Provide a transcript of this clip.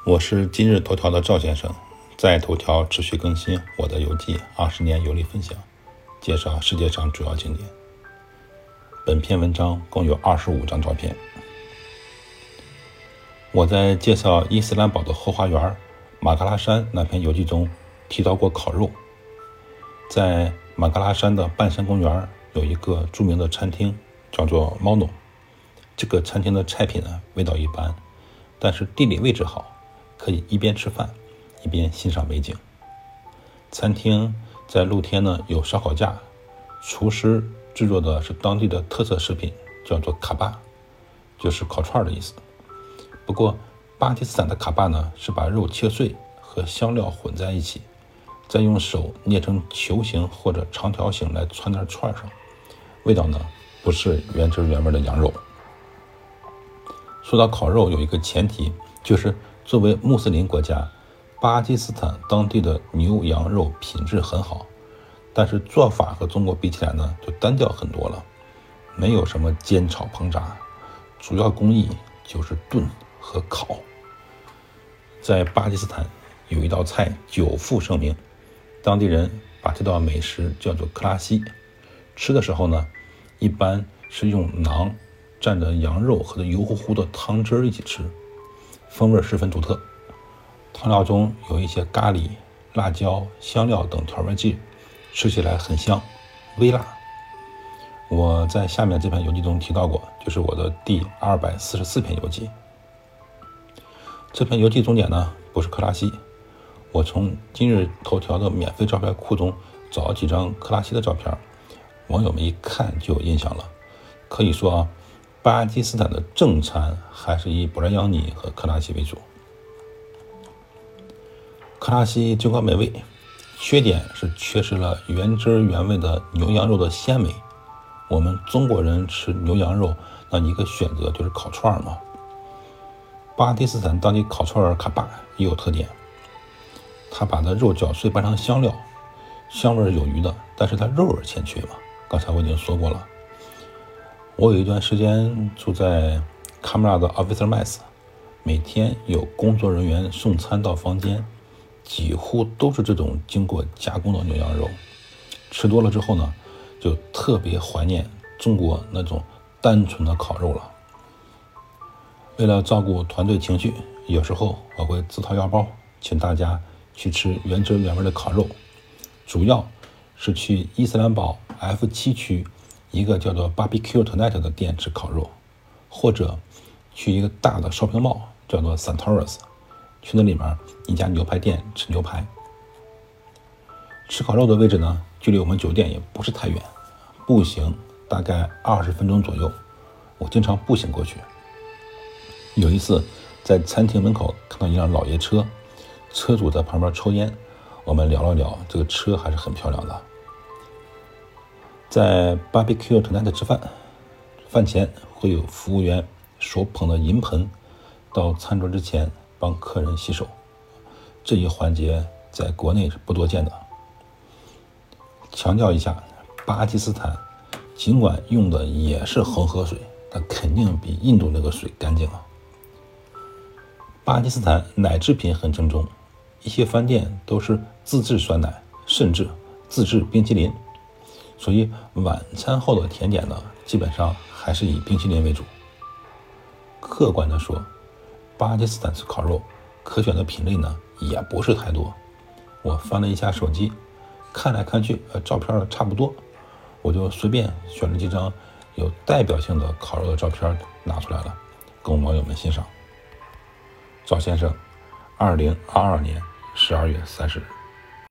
我是今日头条的赵先生，在头条持续更新我的游记20年游历分享，介绍世界上主要景点。本篇文章共有25张照片。我在介绍伊斯兰堡的后花园马嘎拉山那篇游记中提到过烤肉。在马嘎拉山的半山公园有一个著名的餐厅，叫做猫诺。这个餐厅的菜品味道一般，但是地理位置好，可以一边吃饭一边欣赏美景。餐厅在露天有烧烤架，厨师制作的是当地的特色食品，叫做卡巴，就是烤串的意思。不过巴基斯坦的卡巴是把肉切碎和香料混在一起，再用手捏成球形或者长条形来穿在串上，味道不是原汁原味的羊肉。说到烤肉，有一个前提，就是作为穆斯林国家，巴基斯坦当地的牛羊肉品质很好，但是做法和中国比起来就单调很多了，没有什么煎炒烹炸，主要工艺就是炖和烤。在巴基斯坦有一道菜久负盛名，当地人把这道美食叫做克拉西。吃的时候一般是用馕蘸着羊肉和油乎乎的汤汁一起吃，风味十分独特。汤料中有一些咖喱、辣椒、香料等调味剂，吃起来很香，微辣。我在下面这篇游记中提到过，就是我的第244篇游记。这篇游记重点不是克拉西，我从今日头条的免费照片库中找几张克拉西的照片，网友们一看就有印象了。可以说巴基斯坦的正餐还是以布拉扬尼和克拉西为主。克拉西尽管美味，缺点是缺失了原汁原味的牛羊肉的鲜美。我们中国人吃牛羊肉一个选择就是烤串嘛。巴基斯坦当地烤串卡巴也有特点，他把肉搅碎拌上香料，香味有余的，但是它肉味欠缺嘛。刚才我已经说过了。我有一段时间住在卡马拉的 Officer Mess， 每天有工作人员送餐到房间，几乎都是这种经过加工的牛羊肉。吃多了之后就特别怀念中国那种单纯的烤肉了。为了照顾团队情绪，有时候我会自掏腰包请大家去吃原汁原味的烤肉，主要是去伊斯兰堡 F7 区一个叫做 Barbecue Tonight 的店吃烤肉，或者去一个大的 shopping mall 叫做 Santoros， 去那里面一家牛排店吃牛排。吃烤肉的位置距离我们酒店也不是太远，步行大概20分钟左右，我经常步行过去。有一次在餐厅门口看到一辆老爷车，车主在旁边抽烟，我们聊了聊，这个车还是很漂亮的。在 Barbecue Tonight 吃饭，饭前会有服务员手捧的银盆到餐桌之前帮客人洗手，这一环节在国内是不多见的。强调一下，巴基斯坦尽管用的也是恒河水，但肯定比印度那个水干净啊。巴基斯坦奶制品很正宗，一些饭店都是自制酸奶，甚至自制冰淇淋，所以晚餐后的甜点基本上还是以冰淇淋为主。客观的说，巴基斯坦吃烤肉可选的品类也不是太多。我翻了一下手机，看来看去照片差不多，我就随便选了几张有代表性的烤肉的照片拿出来了，供网友们欣赏。赵先生，2022年12月30日。